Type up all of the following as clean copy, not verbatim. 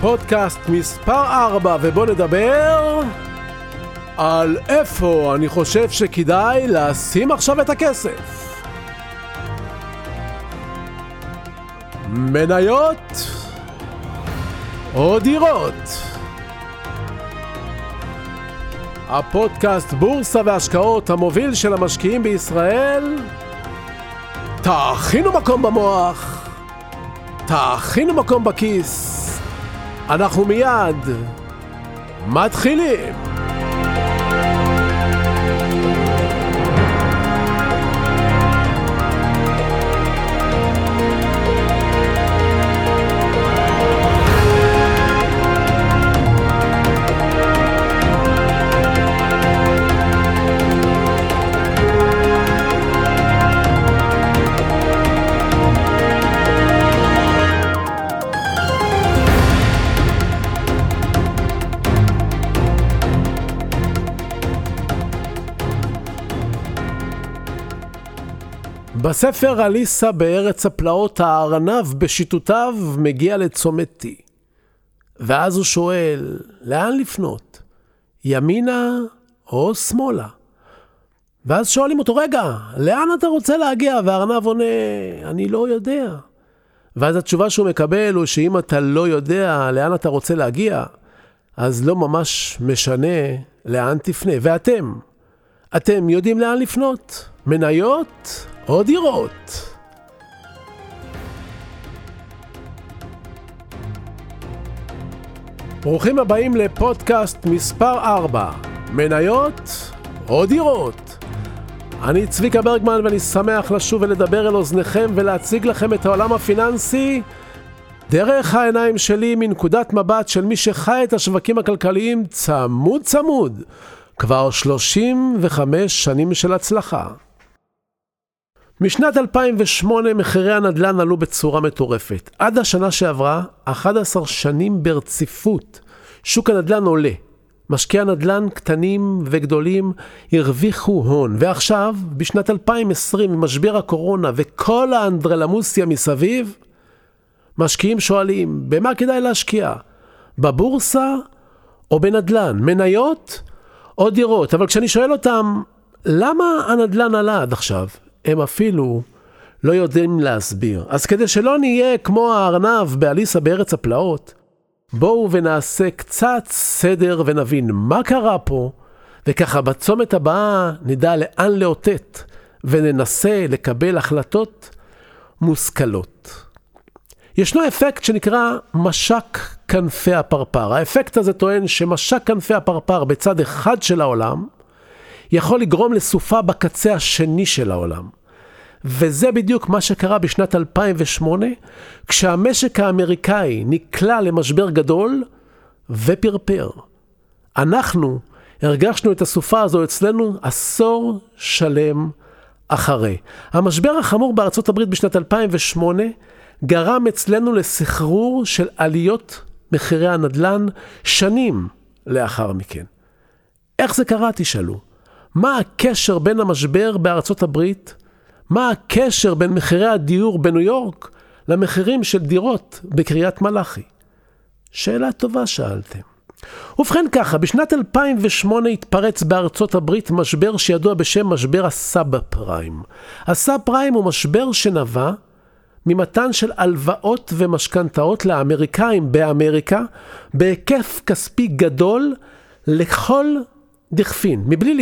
פודקאסט מספר 4, ובוא נדבר על איפה אני חושב שכדאי לשים עכשיו את הכסף. מניות או דירות? הפודקאסט בורסה והשקעות המוביל של המשקיעים בישראל. תאכינו מקום במוח, תאכינו מקום בכיס. אנחנו מיד מתחילים. בספר אליסה בארץ הפלאות, הארנב בשיטותיו מגיע לצומת T. ואז הוא שואל, לאן לפנות? ימינה או שמאלה? ואז שואלים אותו, רגע, לאן אתה רוצה להגיע? והארנב עונה, אני לא יודע. ואז התשובה שהוא מקבל הוא שאם אתה לא יודע לאן אתה רוצה להגיע, אז לא ממש משנה לאן תפנה. ואתם יודעים לאן לפנות? מניות או דירות? ברוכים הבאים לפודקאסט מספר 4, מניות או דירות. אני צביקה ברגמן ואני שמח לשוב ולדבר אל אוזניכם ולהציג לכם את העולם הפיננסי דרך העיניים שלי, מנקודת מבט של מי שחי את השווקים הכלכליים צמוד כבר 35 שנים של הצלחה. משנת 2008 מחירי הנדל"ן עלו בצורה מטורפת. עד השנה שעברה, 11 שנים ברציפות, שוק הנדל"ן עולה. משקיעי הנדל"ן קטנים וגדולים הרוויחו הון. ועכשיו, בשנת 2020, עם משבר הקורונה וכל האנדרלמוסיה מסביב, משקיעים שואלים, במה כדאי להשקיע? בבורסה או בנדל"ן? מניות או דירות? אבל כשאני שואל אותם, למה הנדל"ן עלה עד עכשיו? הם אפילו לא יודעים להסביר. אז כדי שלא נהיה כמו הארנב באליסה בארץ הפלאות, בואו ונעשה קצת סדר ונבין מה קרה פה, וככה בצומת הבאה נדע לאן לאותת, וננסה לקבל החלטות מושכלות. ישנו אפקט שנקרא משק כנפי הפרפר. האפקט הזה טוען שמשק כנפי הפרפר בצד אחד של העולם, יכול לגרום לסופה בקצה השני של העולם. וזה בדיוק מה שקרה בשנת 2008, כשהמשק האמריקאי נקלע למשבר גדול ופרפר. אנחנו הרגשנו את הסופה הזו אצלנו עשור שלם אחרי. המשבר החמור בארצות הברית בשנת 2008 גרם אצלנו לסחרור של עליות מחירי הנדל"ן שנים לאחר מכן. איך זה קרה, תשאלו? מה הקשר בין המשבר בארצות הברית? מה הקשר בין מחירי הדיור בניו יורק למחירים של דירות בקריית מלאכי? שאלה טובה שאלתם. ובכן ככה, בשנת 2008 התפרץ בארצות הברית משבר שידוע בשם משבר הסאב פריים. הסאב פריים הוא משבר שנבע ממתן של הלוואות ומשכנתאות לאמריקאים באמריקה בהיקף כספי גדול לכל דכפין, מבלי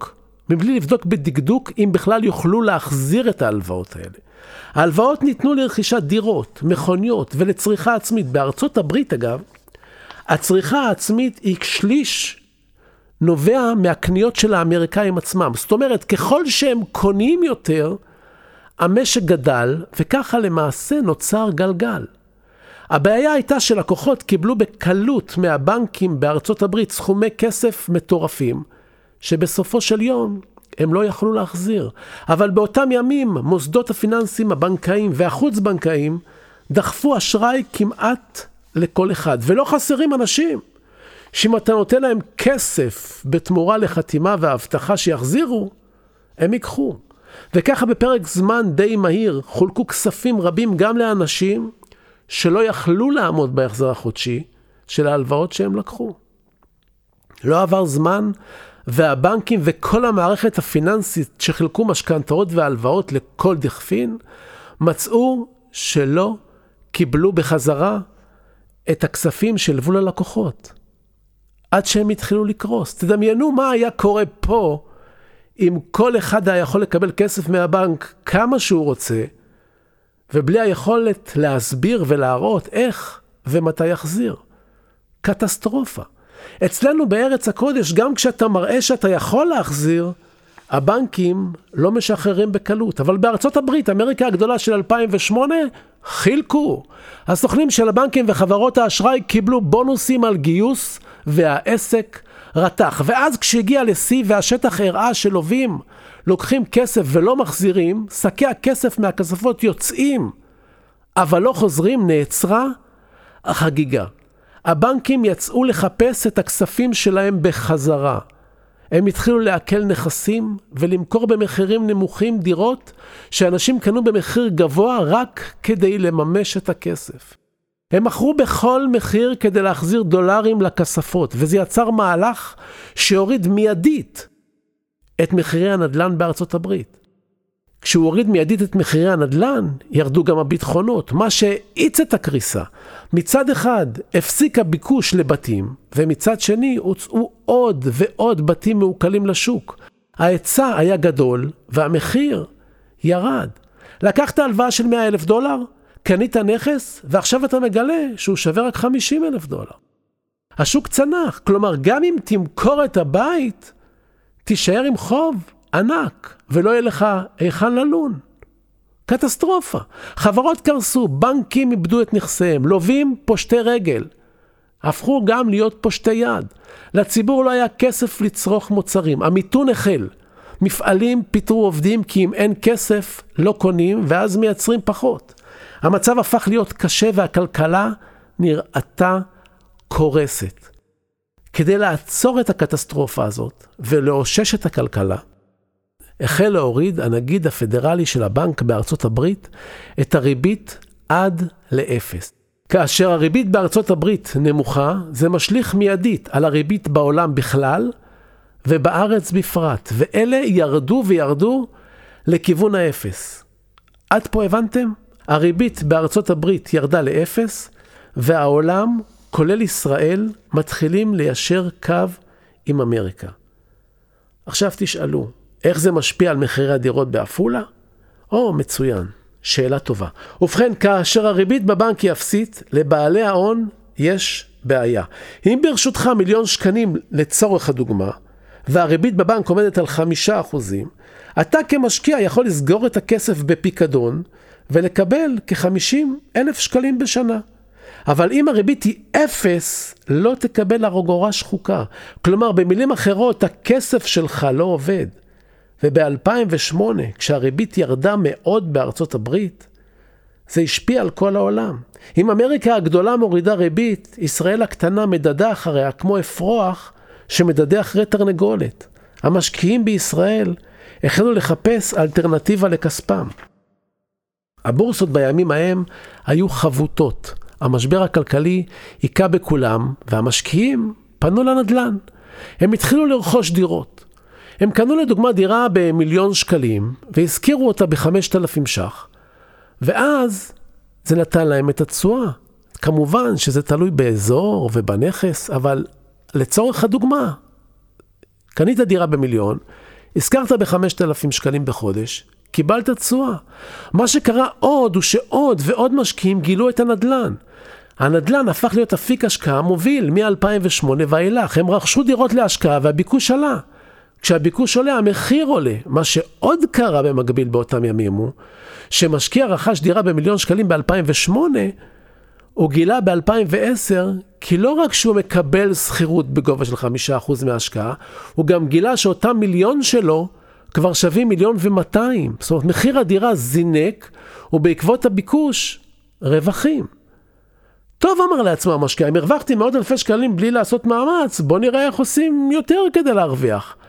לבדוק בדקדוק אם בכלל יוכלו להחזיר את ההלוואות האלה. ההלוואות ניתנו לרכישת דירות, מכוניות ולצריכה עצמית. בארצות הברית אגב, הצריכה העצמית היא שליש נובע מהקניות של האמריקאים עצמם. זאת אומרת, ככל שהם קונים יותר, המשק גדל, וככה למעשה נוצר גלגל. הבעיה הייתה שלקוחות קיבלו בקלות מהבנקים בארצות הברית סכומי כסף מטורפים, שבסופו של יום הם לא יכלו להחזיר. אבל באותם ימים מוסדות הפיננסים הבנקאיים והחוץ בנקאיים דחפו אשראי כמעט לכל אחד. ולא חסרים אנשים שאם אתה נותן להם כסף בתמורה לחתימה והבטחה שיחזירו, הם ייקחו. וככה בפרק זמן די מהיר חולקו כספים רבים גם לאנשים שלא יכלו לעמוד בהחזר החודשי, של ההלוואות שהם לקחו. לא עבר זמן, והבנקים וכל המערכת הפיננסית שחילקו משכנתאות והלוואות לכל דכפין, מצאו שלא קיבלו בחזרה את הכספים שלוו ללקוחות. עד שהם התחילו לקרוס. תדמיינו מה היה קורה פה, אם כל אחד היה יכול לקבל כסף מהבנק כמה שהוא רוצה, ובלי היכולת להסביר ולהראות איך ומתי יחזיר. קטסטרופה. אצלנו בארץ הקודש, גם כשאתה מראה שאתה יכול להחזיר, הבנקים לא משחררים בקלות. אבל בארצות הברית, אמריקה הגדולה של 2008, חילקו. הסוכנים של הבנקים וחברות האשראי קיבלו בונוסים על גיוס, והעסק רתח. ואז כשהגיע לשיא והשטח הראה שלווים לוקחים כסף ולא מחזירים, שקי הכסף מהכספות יוצאים, אבל לא חוזרים, נעצרה החגיגה. הבנקים יצאו לחפש את הכספים שלהם בחזרה. הם התחילו לעכל נכסים ולמכור במחירים נמוכים דירות שאנשים קנו במחיר גבוה רק כדי לממש את הכסף. הם מכרו בכל מחיר כדי להחזיר דולרים לכספות, וזה יצר מהלך שהוריד מיידית את מחירי הנדל"ן בארצות הברית. כשהוא הוריד מיידית את מחירי הנדל"ן, ירדו גם הביטחונות, מה שהאיץ את הקריסה. מצד אחד הפסיק הביקוש לבתים, ומצד שני הוצאו עוד ועוד בתים מעוקלים לשוק. ההיצע היה גדול, והמחיר ירד. לקחת הלוואה של $100,000, קנית נכס, ועכשיו אתה מגלה שהוא שווה רק $50,000. השוק צנח, כלומר גם אם תמכור את הבית, תישאר עם חוב ענק, ולא יהיה לך היכן ללון. קטסטרופה. חברות קרסו, בנקים איבדו את נכסיהם, לווים פושטי רגל. הפכו גם להיות פושטי יד. לציבור לא היה כסף לצרוך מוצרים. המיתון החל. מפעלים פיטרו עובדים כי אם אין כסף לא קונים ואז מייצרים פחות. המצב הפך להיות קשה והכלכלה נראתה קורסת. כדי לעצור את הקטסטרופה הזאת ולאושש את הכלכלה, החל להוריד הנגיד הפדרלי של הבנק בארצות הברית את הריבית עד לאפס. כאשר הריבית בארצות הברית נמוכה, זה משליך מיידית על הריבית בעולם בכלל ובארץ בפרט, ואלה ירדו וירדו לכיוון האפס. עד פה הבנתם? הריבית בארצות הברית ירדה לאפס, והעולם, כולל ישראל, מתחילים ליישר קו עם אמריקה. עכשיו תשאלו, איך זה משפיע על מחירי הדירות בעפולה? מצוין, שאלה טובה. ובכן, כאשר הריבית בבנק היא אפסית, לבעלי ההון יש בעיה. אם ברשותך $1,000,000 לצורך הדוגמה, והריבית בבנק עומדת על 5%, אתה כמשקיע יכול לסגור את הכסף בפיקדון, ולקבל $50,000 בשנה. אבל אם הריבית היא 0, לא תקבל אגורה שחוקה. כלומר, במילים אחרות, הכסף שלך לא עובד. וב-2008, כשהריבית ירדה מאוד בארצות הברית, זה השפיע על כל העולם. אם אמריקה הגדולה מורידה ריבית, ישראל הקטנה מדדה אחריה כמו אפרוח שמדדה אחרי תרנגולת. המשקיעים בישראל החלו לחפש אלטרנטיבה לכספם. הבורסות בימים ההם היו חבוטות. המשבר הכלכלי היכה בכולם, והמשקיעים פנו לנדל"ן. הם התחילו לרכוש דירות. הם קנו לדוגמה דירה ב1,000,000 והזכירו אותה ב5,000 ש"ח. ואז זה נתן להם את התשואה. כמובן שזה תלוי באזור ובנכס, אבל לצורך הדוגמה, קנית דירה ב1,000,000, הזכרת ב5,000 בחודש, קיבלת תשואה. מה שקרה עוד הוא שעוד ועוד משקיעים גילו את הנדל"ן. הנדל"ן הפך להיות אפיק השקעה מוביל מ-2008 ואילך. הם רכשו דירות להשקעה והביקוש עלה. כשהביקוש עולה, המחיר עולה. מה שעוד קרה במקביל באותם ימים הוא, שמשקיע רכש דירה ב1,000,000 ב-2008, הוא גילה ב-2010, כי לא רק שהוא מקבל שכירות בגובה של 5% מההשקעה, הוא גם גילה שאותם מיליון שלו כבר שווים 1,200,000. זאת אומרת, מחיר הדירה זינק, ובעקבות הביקוש, רווחים. טוב, אמר לעצמו המשקיע, אם הרווחתי מאות אלפי שקלים בלי לעשות מאמץ, בוא נראה איך עושים יותר כדי להרוויח.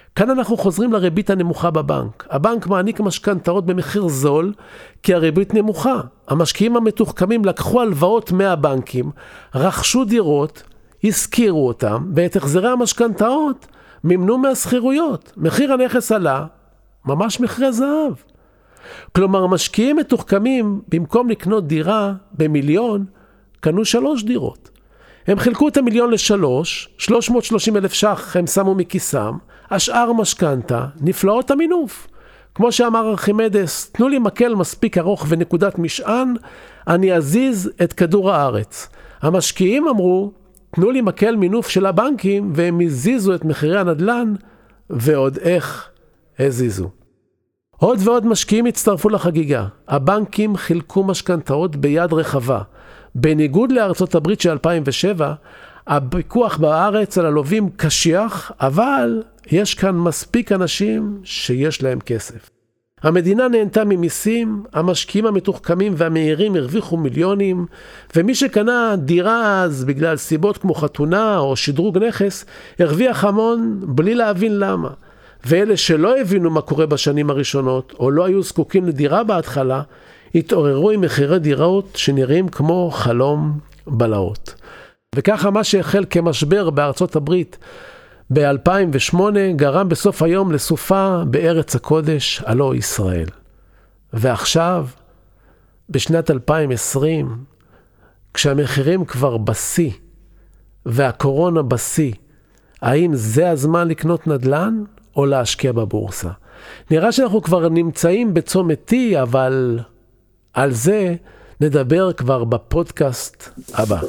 כאן אנחנו חוזרים לריבית הנמוכה בבנק. הבנק מעניק משכנתאות במחיר זול, כי הריבית נמוכה. המשקיעים המתוחכמים לקחו הלוואות מהבנקים, רכשו דירות, הזכירו אותם, ואת החזרי המשכנתאות מימנו מהסחירויות. מחיר הנכס עלה, ממש מחירי זהב. כלומר, משקיעים מתוחכמים, במקום לקנות דירה במיליון, קנו 3 דירות. הם חילקו את המיליון ל3, 330,000 ש"ח הם שמו מכיסם, השאר משכנתה, נפלאות המינוף. כמו שאמר ארכימדס, תנו לי מקל מספיק ארוך ונקודת משען, אני אזיז את כדור הארץ. המשקיעים אמרו, תנו לי מקל מינוף של הבנקים, והם הזיזו את מחירי הנדל"ן, ועוד איך הזיזו. עוד ועוד משקיעים הצטרפו לחגיגה. הבנקים חילקו משכנתאות ביד רחבה. בניגוד לארצות הברית של 2007, הפיקוח בארץ על הלווים קשיח, אבל יש כאן מספיק אנשים שיש להם כסף. המדינה נהנתה ממיסים, המשקיעים המתוחכמים והמהירים הרוויחו מיליונים, ומי שקנה דירה אז בגלל סיבות כמו חתונה או שדרוג נכס, הרוויח המון בלי להבין למה. ואלה שלא הבינו מה קורה בשנים הראשונות, או לא היו זקוקים לדירה בהתחלה, התעוררו עם מחירי דירות שנראים כמו חלום בלהות. וככה מה שהחל כמשבר בארצות הברית ב-2008 גרם בסוף היום לסופה בארץ הקודש, הלא ישראל. ועכשיו, בשנת 2020, כשהמחירים כבר בשיא והקורונה בשיא, האם זה הזמן לקנות נדל"ן או להשקיע בבורסה? נראה שאנחנו כבר נמצאים בצומת T, אבל על זה נדבר כבר בפודקאסט הבא.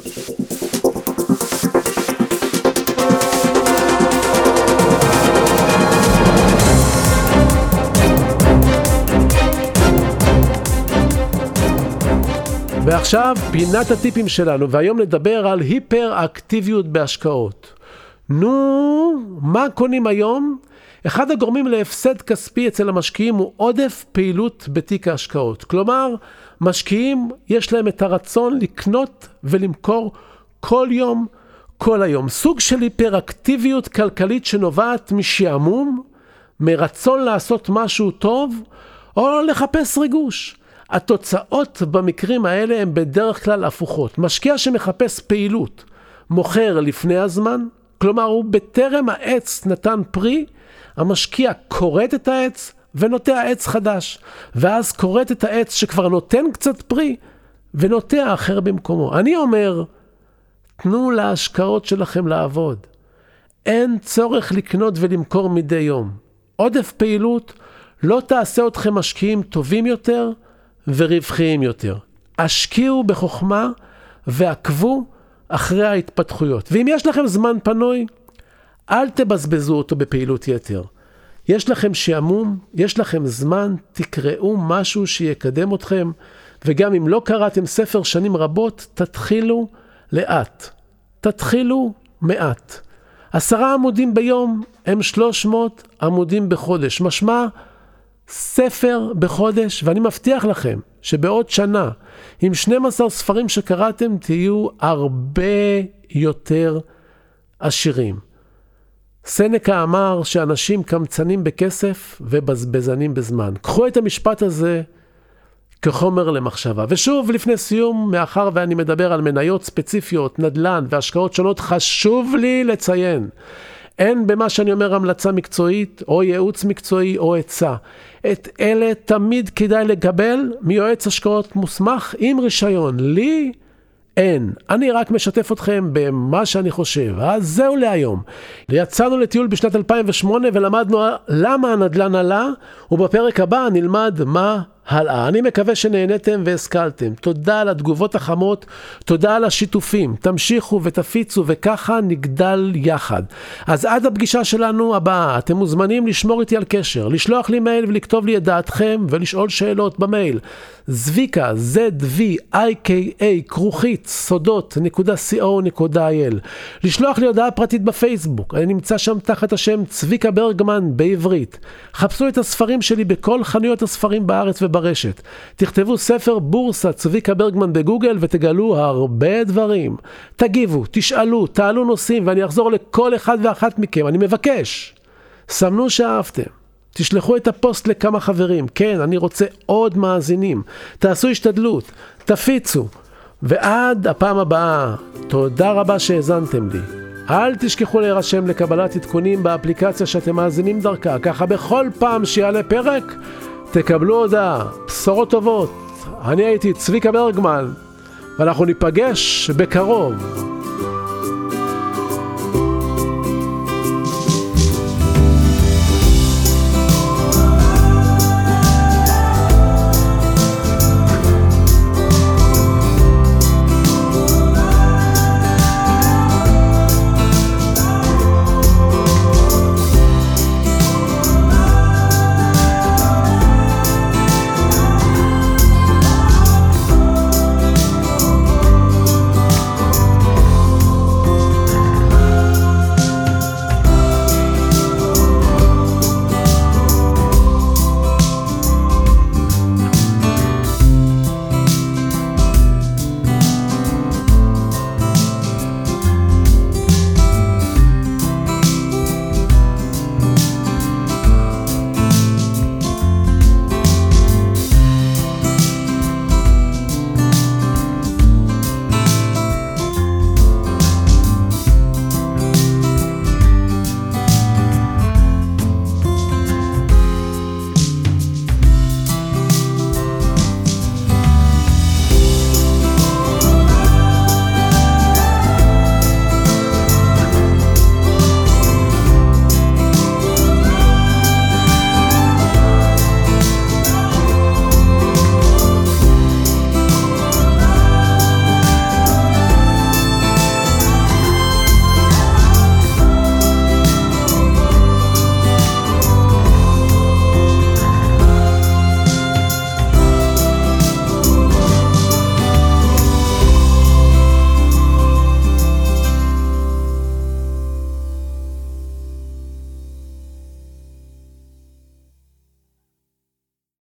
ועכשיו פינת הטיפים שלנו, והיום נדבר על היפר-אקטיביות בהשקעות. נו, מה קונים היום? אחד הגורמים להפסד כספי אצל המשקיעים הוא עודף פעילות בתיק ההשקעות. כלומר, משקיעים יש להם את הרצון לקנות ולמכור כל יום, כל היום. סוג של היפר-אקטיביות כלכלית שנובעת משעמום, מרצון לעשות משהו טוב, או לחפש ריגוש. התוצאות במקרים האלה הן בדרך כלל הפוכות. משקיע שמחפש פעילות, מוכר לפני הזמן, כלומר הוא בטרם העץ נתן פרי, המשקיע קורט את העץ ונוטע עץ חדש, ואז קורט את העץ שכבר נותן קצת פרי ונוטע אחר במקומו. אני אומר, תנו להשקעות שלכם לעבוד. אין צורך לקנות ולמכור מדי יום. עודף פעילות לא תעשה אתכם משקיעים טובים יותר ורווחיים יותר. השקיעו בחוכמה ועקבו אחרי ההתפתחויות. ואם יש לכם זמן פנוי, אל תבזבזו אותו בפעילות יתר. יש לכם שעמום, יש לכם זמן, תקראו משהו שיקדם אתכם, וגם אם לא קראתם ספר שנים רבות, תתחילו לאט. תתחילו מעט. 10 עמודים ביום הם 300 עמודים בחודש. משמע ספר בחודש, ואני מבטיח לכם שבעוד שנה, עם 12 ספרים שקראתם, תהיו הרבה יותר עשירים. סנקה אמר שאנשים קמצנים בכסף ובזבזנים בזמן. קחו את המשפט הזה כחומר למחשבה. ושוב, לפני סיום, מאחר ואני מדבר על מניות ספציפיות, נדל"ן והשקעות שונות, חשוב לי לציין, אין במה שאני אומר המלצה מקצועית, או ייעוץ מקצועי, או עצה. את אלה תמיד כדאי לקבל מיועץ השקעות מוסמך עם רישיון. לי אין. אני רק משתף אתכם במה שאני חושב. אז זהו להיום. יצאנו לטיול בשנת 2008 ולמדנו למה הנדל"ן עלה, ובפרק הבא נלמד מה הלאה. אני מקווה שנהנתם והשכלתם. תודה על התגובות החמות, תודה על השיתופים. תמשיכו ותפיצו וככה נגדל יחד. אז עד הפגישה שלנו הבאה, אתם מוזמנים לשמור איתי על קשר, לשלוח לי מייל ולכתוב לי את דעתכם ולשאול שאלות במייל. זביקה, zvika@sodot.co.il. לשלוח לי הודעה פרטית בפייסבוק. אני נמצא שם תחת השם צביקה ברגמן בעברית. חפשו את הספרים שלי בכל חנויות הספרים בארץ וברשת. תכתבו ספר בורסה צביקה ברגמן בגוגל ותגלו הרבה דברים. תגיבו, תשאלו, תעלו נושאים ואני אחזור לכל אחד ואחת מכם. אני מבקש. סמנו שאהבתם. תשלחו את הפוסט לכמה חברים. כן, אני רוצה עוד מאזינים. תעשו השתדלות, תפיצו. ועד הפעם הבאה, תודה רבה שהאזנתם לי. אל תשכחו להירשם לקבלת עדכונים באפליקציה שאתם מאזינים דרכה. ככה בכל פעם שיעלה פרק, תקבלו הודעה. בשורות טובות. אני הייתי צביקה ברגמן, ואנחנו ניפגש בקרוב.